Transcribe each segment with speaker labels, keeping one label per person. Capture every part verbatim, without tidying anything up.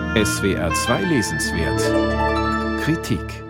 Speaker 1: S W R zwei Lesenswert Kritik.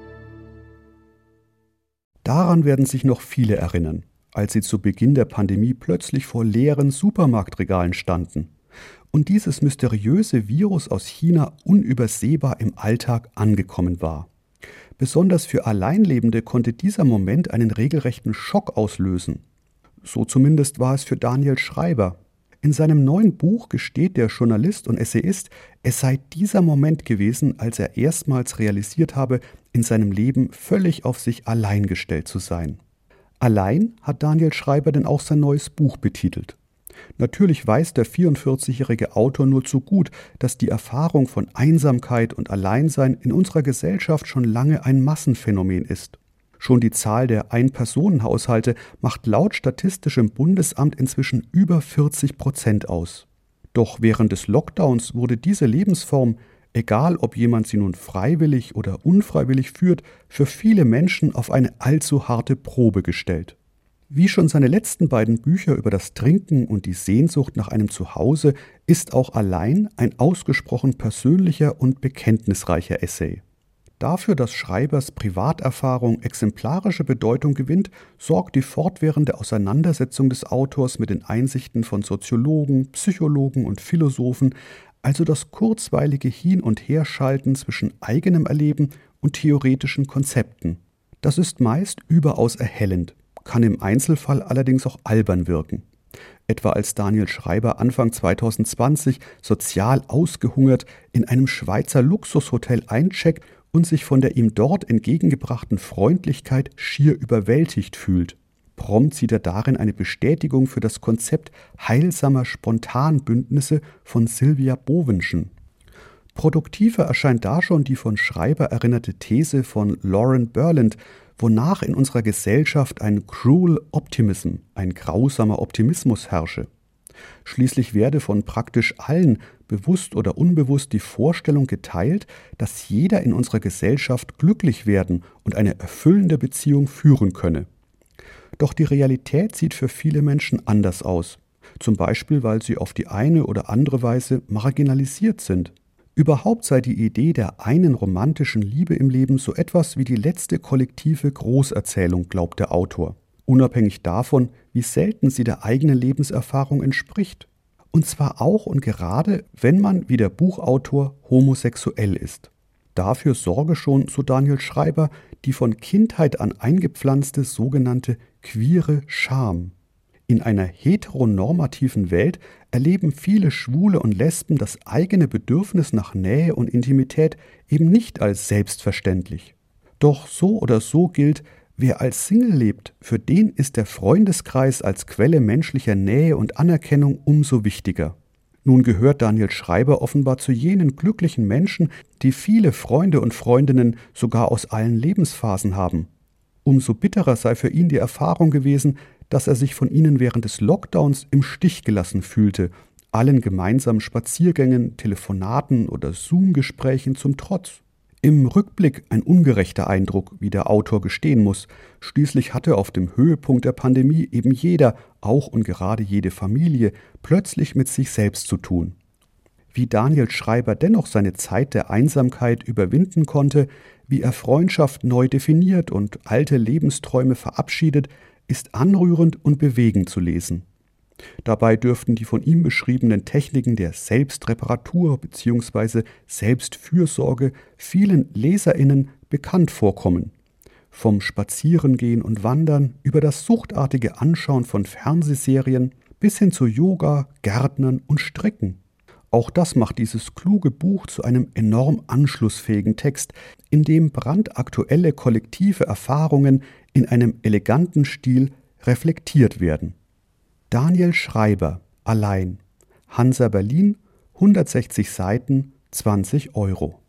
Speaker 2: Daran werden sich noch viele erinnern, als sie zu Beginn der Pandemie plötzlich vor leeren Supermarktregalen standen und dieses mysteriöse Virus aus China unübersehbar im Alltag angekommen war. Besonders für Alleinlebende konnte dieser Moment einen regelrechten Schock auslösen. So zumindest war es für Daniel Schreiber. In seinem neuen Buch gesteht der Journalist und Essayist, es sei dieser Moment gewesen, als er erstmals realisiert habe, in seinem Leben völlig auf sich allein gestellt zu sein. Allein hat Daniel Schreiber denn auch sein neues Buch betitelt. Natürlich weiß der vierundvierzigjährige Autor nur zu gut, dass die Erfahrung von Einsamkeit und Alleinsein in unserer Gesellschaft schon lange ein Massenphänomen ist. Schon die Zahl der Ein-Personen-Haushalte macht laut Statistischem Bundesamt inzwischen über vierzig Prozent aus. Doch während des Lockdowns wurde diese Lebensform, egal ob jemand sie nun freiwillig oder unfreiwillig führt, für viele Menschen auf eine allzu harte Probe gestellt. Wie schon seine letzten beiden Bücher über das Trinken und die Sehnsucht nach einem Zuhause ist auch Allein ein ausgesprochen persönlicher und bekenntnisreicher Essay. Dafür, dass Schreibers Privaterfahrung exemplarische Bedeutung gewinnt, sorgt die fortwährende Auseinandersetzung des Autors mit den Einsichten von Soziologen, Psychologen und Philosophen, also das kurzweilige Hin- und Herschalten zwischen eigenem Erleben und theoretischen Konzepten. Das ist meist überaus erhellend, kann im Einzelfall allerdings auch albern wirken. Etwa als Daniel Schreiber Anfang zweitausendzwanzig sozial ausgehungert in einem Schweizer Luxushotel eincheckt und sich von der ihm dort entgegengebrachten Freundlichkeit schier überwältigt fühlt. Prompt sieht er darin eine Bestätigung für das Konzept heilsamer Spontanbündnisse von Sylvia Bovenschen. Produktiver erscheint da schon die von Schreiber erinnerte These von Lauren Berlant, wonach in unserer Gesellschaft ein cruel optimism, ein grausamer Optimismus herrsche. Schließlich werde von praktisch allen, bewusst oder unbewusst, die Vorstellung geteilt, dass jeder in unserer Gesellschaft glücklich werden und eine erfüllende Beziehung führen könne. Doch die Realität sieht für viele Menschen anders aus, zum Beispiel weil sie auf die eine oder andere Weise marginalisiert sind. Überhaupt sei die Idee der einen romantischen Liebe im Leben so etwas wie die letzte kollektive Großerzählung, glaubt der Autor, unabhängig davon, wie selten sie der eigenen Lebenserfahrung entspricht. Und zwar auch und gerade, wenn man, wie der Buchautor, homosexuell ist. Dafür sorge schon, so Daniel Schreiber, die von Kindheit an eingepflanzte sogenannte queere Scham. In einer heteronormativen Welt erleben viele Schwule und Lesben das eigene Bedürfnis nach Nähe und Intimität eben nicht als selbstverständlich. Doch so oder so gilt, wer als Single lebt, für den ist der Freundeskreis als Quelle menschlicher Nähe und Anerkennung umso wichtiger. Nun gehört Daniel Schreiber offenbar zu jenen glücklichen Menschen, die viele Freunde und Freundinnen sogar aus allen Lebensphasen haben. Umso bitterer sei für ihn die Erfahrung gewesen, dass er sich von ihnen während des Lockdowns im Stich gelassen fühlte, allen gemeinsamen Spaziergängen, Telefonaten oder Zoom-Gesprächen zum Trotz. Im Rückblick ein ungerechter Eindruck, wie der Autor gestehen muss. Schließlich hatte auf dem Höhepunkt der Pandemie eben jeder, auch und gerade jede Familie, plötzlich mit sich selbst zu tun. Wie Daniel Schreiber dennoch seine Zeit der Einsamkeit überwinden konnte, wie er Freundschaft neu definiert und alte Lebensträume verabschiedet, ist anrührend und bewegend zu lesen. Dabei dürften die von ihm beschriebenen Techniken der Selbstreparatur bzw. Selbstfürsorge vielen LeserInnen bekannt vorkommen. Vom Spazierengehen und Wandern über das suchtartige Anschauen von Fernsehserien bis hin zu Yoga, Gärtnern und Stricken. Auch das macht dieses kluge Buch zu einem enorm anschlussfähigen Text, in dem brandaktuelle kollektive Erfahrungen in einem eleganten Stil reflektiert werden. Daniel Schreiber, Allein, Hansa Berlin, hundertsechzig Seiten, zwanzig Euro.